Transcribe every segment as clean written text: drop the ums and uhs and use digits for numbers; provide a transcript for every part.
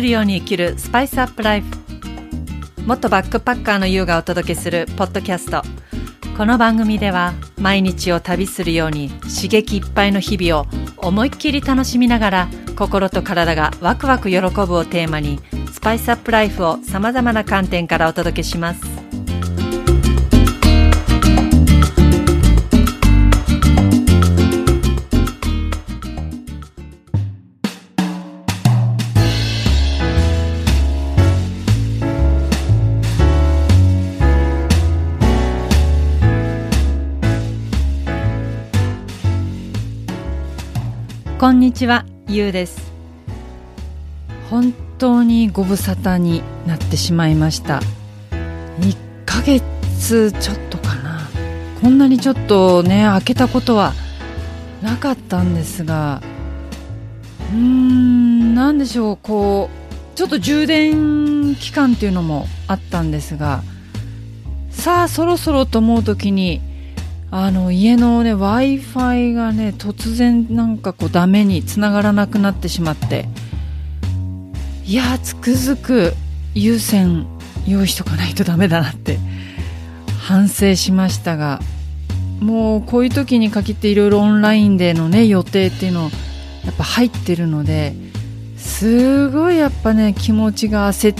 するように生きるスパイスアップライフ。元バックパッカーの優がお届けするポッドキャスト。この番組では毎日を旅するように刺激いっぱいの日々を思いっきり楽しみながら、心と体がワクワク喜ぶをテーマにスパイスアップライフをさまざまな観点からお届けします。こんにちは、ゆうです。本当にご無沙汰になってしまいました。1ヶ月ちょっとかな。こんなにちょっとね、空けたことはなかったんですが、なんでしょう、ちょっと充電期間っていうのもあったんですが、さあそろそろと思うときに家のね Wi-Fi がね突然ダメに繋がらなくなってしまって、いやつくづく有線用意しとかないとダメだなって反省しましたが、もうこういう時に限っていろいろオンラインでのね予定っていうのやっぱ入ってるので、すごいやっぱね気持ちが焦って、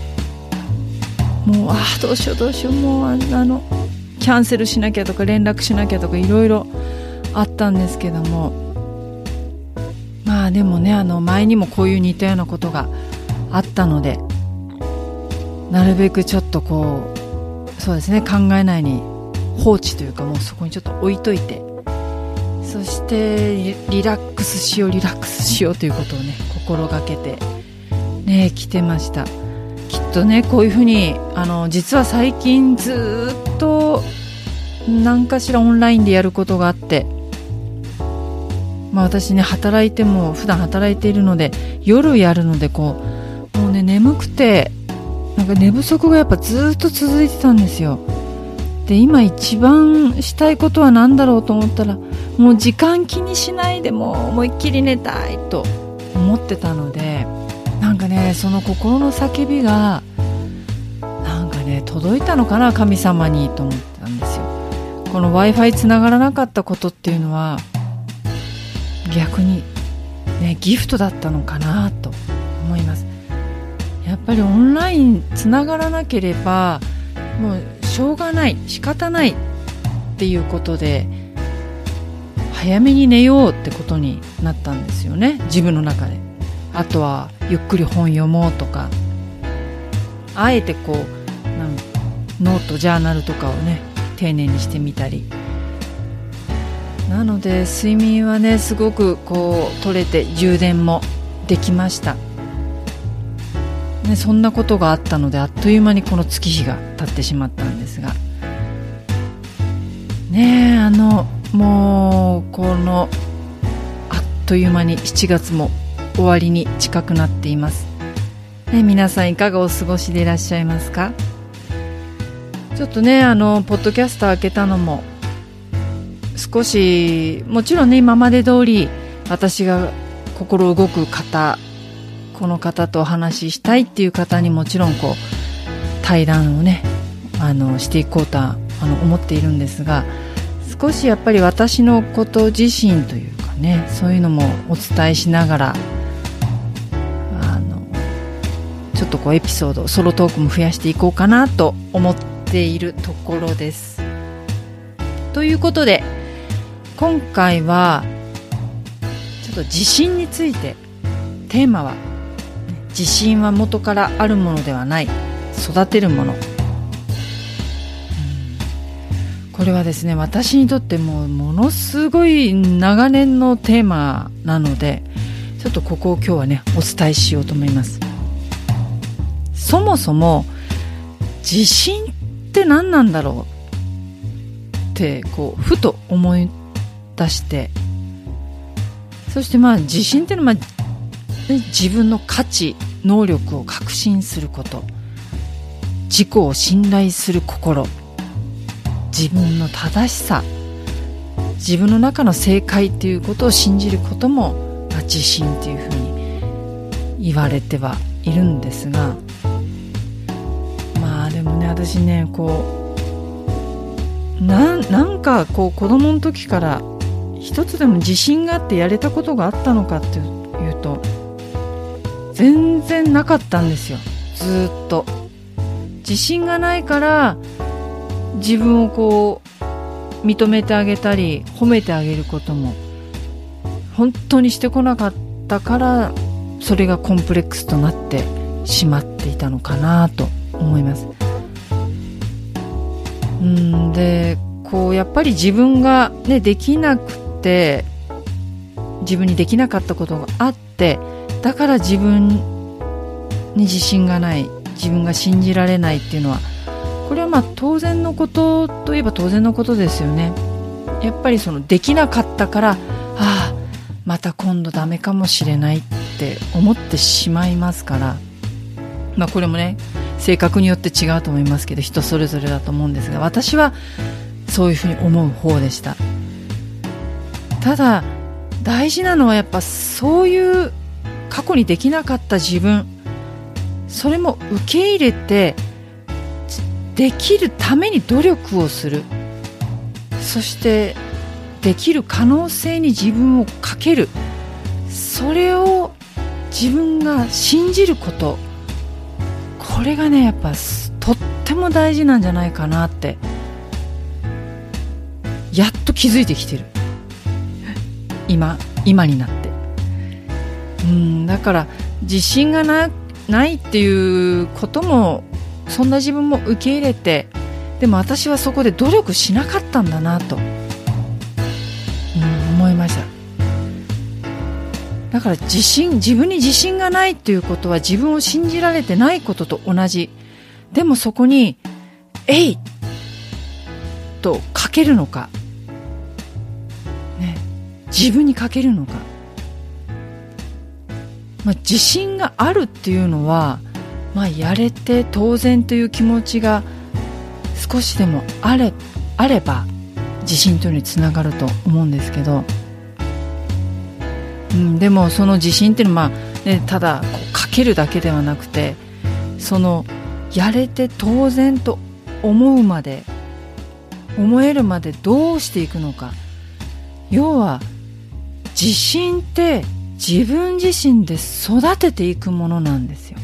もうどうしようもうキャンセルしなきゃとか連絡しなきゃとかいろいろあったんですけども、まあでもね前にもこういう似たようなことがあったので、なるべくちょっとそうですね、考えないに放置というか、もうそこにちょっと置いといて、そしてリラックスしようということをね心がけてね来てました。きっとねこういうふうに実は最近ずっと何かしらオンラインでやることがあって、私ね普段働いているので夜やるのでもうね眠くて寝不足がやっぱずっと続いてたんですよ。で今一番したいことは何だろうと思ったら、もう時間気にしないでもう思いっきり寝たいと思ってたので、その心の叫びが届いたのかな、神様にと思ったんですよ。この Wi-Fi つながらなかったことっていうのは逆にねギフトだったのかなと思います。やっぱりオンラインつながらなければもうしょうがない、仕方ないっていうことで早めに寝ようってことになったんですよね、自分の中で。あとはゆっくり本読もうとか、あえてノートジャーナルとかをね丁寧にしてみたり、なので睡眠はねすごく取れて充電もできました、ね、そんなことがあったので、あっという間にこの月日が経ってしまったんですがね、もうあっという間に7月も終わりに近くなっています、ね、皆さんいかがお過ごしでいらっしゃいますか。ちょっとねポッドキャスト開けたのも少し、もちろんね今まで通り私が心動く方、この方とお話ししたいっていう方にもちろん対談をねしていこうとは思っているんですが、少しやっぱり私のこと自身というかね、そういうのもお伝えしながらちょっとエピソード、ソロトークも増やしていこうかなと思っているところです。ということで今回はちょっと自信について、テーマは自信は元からあるものではない、育てるもの。これはですね私にとってものすごい長年のテーマなので、ちょっとここを今日はねお伝えしようと思います。そもそも自信って何なんだろうってふと思い出して、そして自信っていうのは、自分の価値能力を確信すること、自己を信頼する心、自分の正しさ、自分の中の正解っていうことを信じることも、自信っていうふうに言われてはいるんですが、まあでもね、私ねなんか子供の時から一つでも自信があってやれたことがあったのかっていうと全然なかったんですよ。ずっと自信がないから自分を認めてあげたり褒めてあげることも本当にしてこなかったから、それがコンプレックスとなってしまっていたのかなと思います。でやっぱり自分が、ね、できなくて自分にできなかったことがあって、だから自分に自信がない、自分が信じられないっていうのは、これはまあ当然のことといえば当然のことですよね。やっぱりできなかったからまた今度ダメかもしれないって思ってしまいますから、まあこれもね性格によって違うと思いますけど、人それぞれだと思うんですが、私はそういうふうに思う方でした。ただ大事なのはやっぱそういう過去にできなかった自分、それも受け入れてできるために努力をする、そしてできる可能性に自分をかける、それを自分が信じること、これがねやっぱとっても大事なんじゃないかなってやっと気づいてきてる、今になって。だから自信がないっていうことも、そんな自分も受け入れて、でも私はそこで努力しなかったんだなと、思いました。だから自分に自信がないっていうことは自分を信じられてないことと同じ。でもそこにえいとかけるのか、ね、自分にかけるのか、自信があるっていうのは、やれて当然という気持ちが少しでもあれば自信というのにつながると思うんですけど、でもその自信っていうのは、ただかけるだけではなくて、やれて当然と思えるまでどうしていくのか。要は自信って自分自身で育てていくものなんですよ。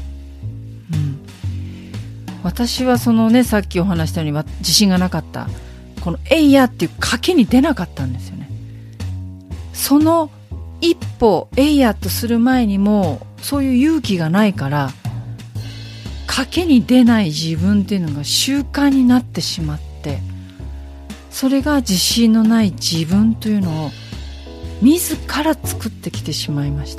私はさっきお話したように自信がなかった、このえいやっていう賭けに出なかったんですよね。その一歩えいやとする前にもそういう勇気がないから、賭けに出ない自分っていうのが習慣になってしまって、それが自信のない自分というのを自ら作ってきてしまいました。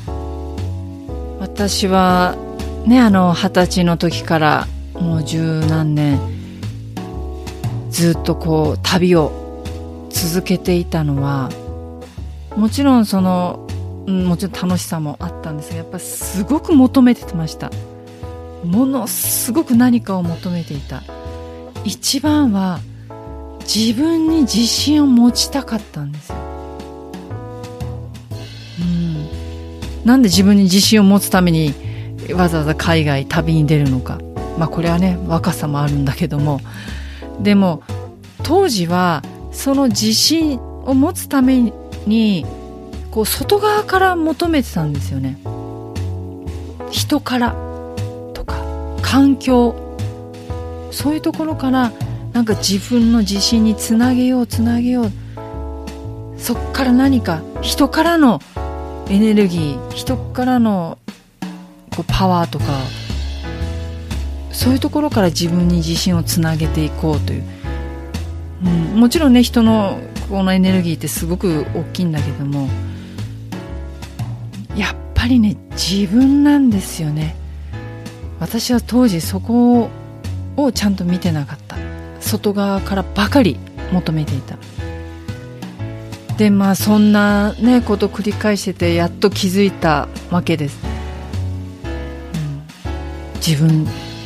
私はね、20歳の時からもう十何年ずっと旅を続けていたのは、もちろんもちろん楽しさもあったんですが、やっぱりすごく求めてました。ものすごく何かを求めていた。一番は自分に自信を持ちたかったんですよ。なんで自分に自信を持つためにわざわざ海外旅に出るのか。これはね若さもあるんだけども、でも当時はその自信を持つために外側から求めてたんですよね。人からとか環境、そういうところからなんか自分の自信につなげよう、そっから何か人からのエネルギー、人からのパワーとか、そういうところから自分に自信をつなげていこうという、もちろんね人のこのエネルギーってすごく大きいんだけども、やっぱりね自分なんですよね。私は当時そこをちゃんと見てなかった。外側からばかり求めていた。でそんなねことを繰り返してて、やっと気づいたわけです。自分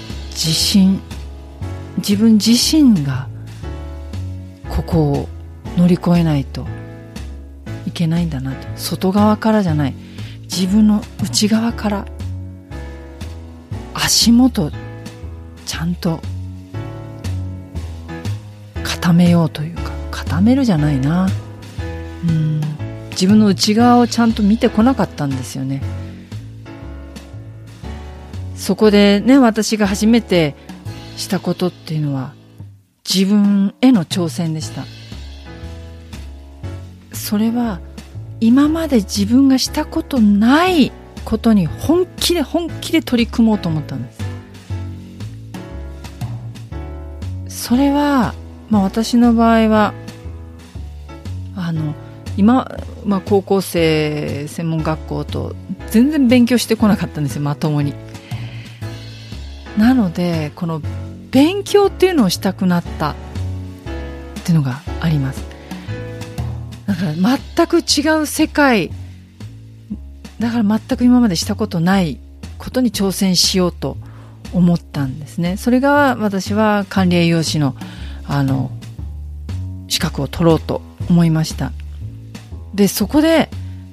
自身がここを乗り越えないといけないんだなと。外側からじゃない、 自分の内側から足元ちゃんと固めようというか、固めるじゃないな、自分の内側をちゃんと見てこなかったんですよね。そこでね、私が初めてしたことっていうのは自分への挑戦でした。それは今まで自分がしたことないことに本気で取り組もうと思ったんです。それは、私の場合は今、高校生専門学校と全然勉強してこなかったんですよ、まともに。なのでこの勉強っていうのをしたくなったっていうのがあります。だから全く違う世界だから、全く今までしたことないことに挑戦しようと思ったんですね。それが私は管理栄養士の資格を取ろうと思いました。で、そこで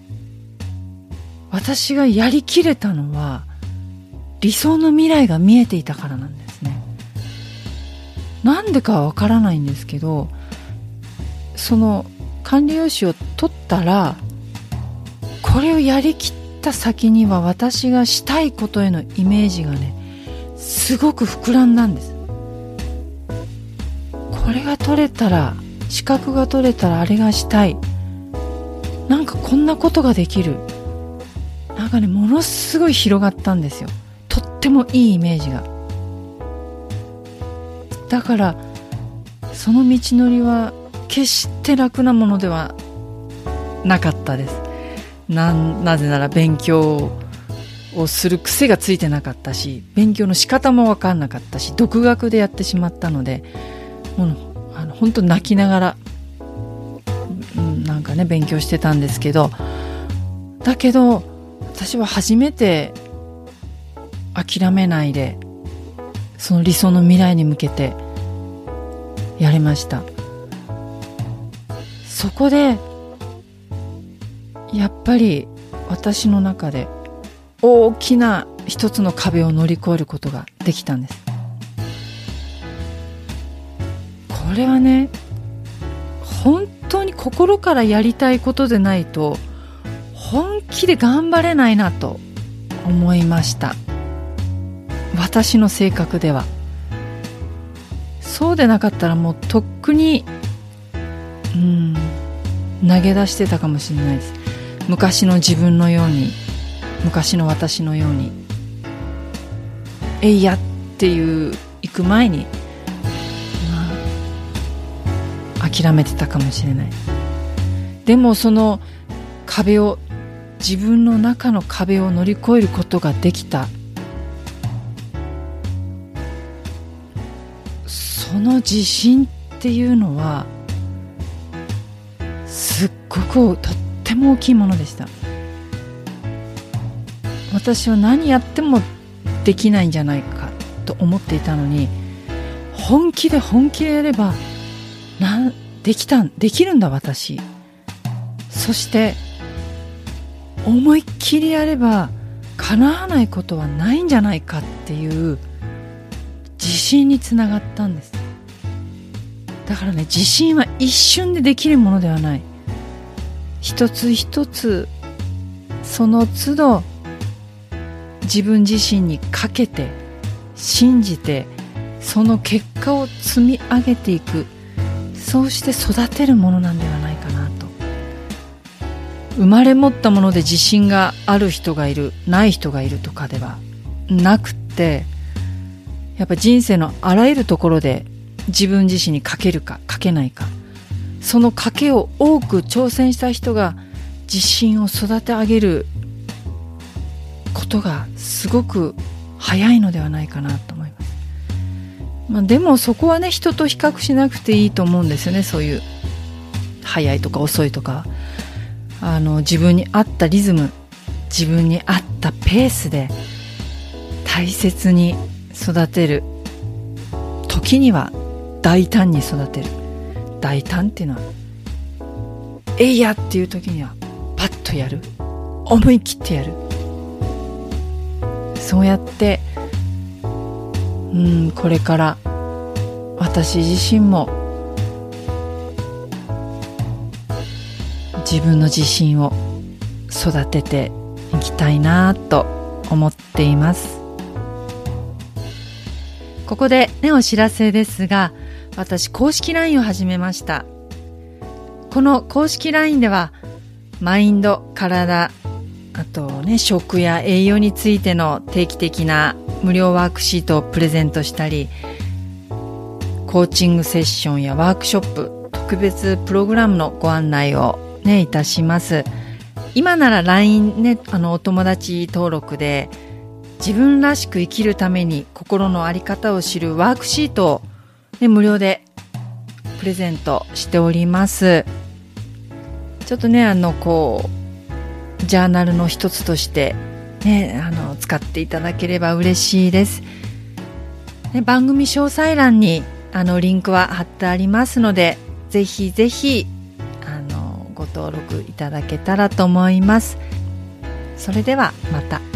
私がやりきれたのは理想の未来が見えていたからなんですね。なんでかはわからないんですけど、その管理栄養士を取ったら、これをやりきった先には私がしたいことへのイメージがね、すごく膨らんだんです。これが取れたら、資格が取れたらあれがしたい、なんかこんなことができる、なんかね、ものすごい広がったんですよ。とってもいいイメージが。だからその道のりは決して楽なものではなかったです。なぜなら勉強をする癖がついてなかったし、勉強の仕方も分かんなかったし、独学でやってしまったので、もう本当泣きながら、なんかね、勉強してたんですけど、だけど私は初めて諦めないで、その理想の未来に向けてやりました。そこでやっぱり私の中で大きな一つの壁を乗り越えることができたんです。これはね、本当に心からやりたいことでないと本気で頑張れないなと思いました。私の性格では。そうでなかったらもうとっくに投げ出してたかもしれないです。昔の自分のように、昔の私のように、えいやっていう行く前に、諦めてたかもしれない。でもその壁を、自分の中の壁を乗り越えることができた、その自信っていうのはすっごくとっても大きいものでした。私は何やってもできないんじゃないかと思っていたのに、本気でやればできるんだ私。そして思いっきりやれば叶わないことはないんじゃないかっていう自信につながったんです。だからね、自信は一瞬でできるものではない。一つ一つその都度自分自身にかけて信じて、その結果を積み上げていく、そうして育てるものなんではないかなと。生まれ持ったもので自信がある人がいる、ない人がいるとかではなくって、やっぱ人生のあらゆるところで自分自身にかけるかかけないか、その賭けを多く挑戦した人が自信を育て上げることがすごく早いのではないかなと思います。でもそこはね、人と比較しなくていいと思うんですよね。そういう早いとか遅いとか、自分に合ったリズム、自分に合ったペースで大切に育てる。時には大胆に育てる。大胆っていうのは、えいやっていう時にはパッとやる。 思い切ってやる。そうやって、これから私自身も自分の自信を育てていきたいなと思っています。ここでね、お知らせですが、私公式 LINE を始めました。この公式 LINE ではマインド、体、あとね、食や栄養についての定期的な無料ワークシートをプレゼントしたり、コーチングセッションやワークショップ、特別プログラムのご案内をね、いたします。今なら LINE ね、お友達登録で自分らしく生きるために心の在り方を知るワークシートを、ね、無料でプレゼントしております。ちょっとね、ジャーナルの一つとしてね、使っていただければ嬉しいです。ね、番組詳細欄にリンクは貼ってありますので、ぜひぜひご登録いただけたらと思います。それではまた。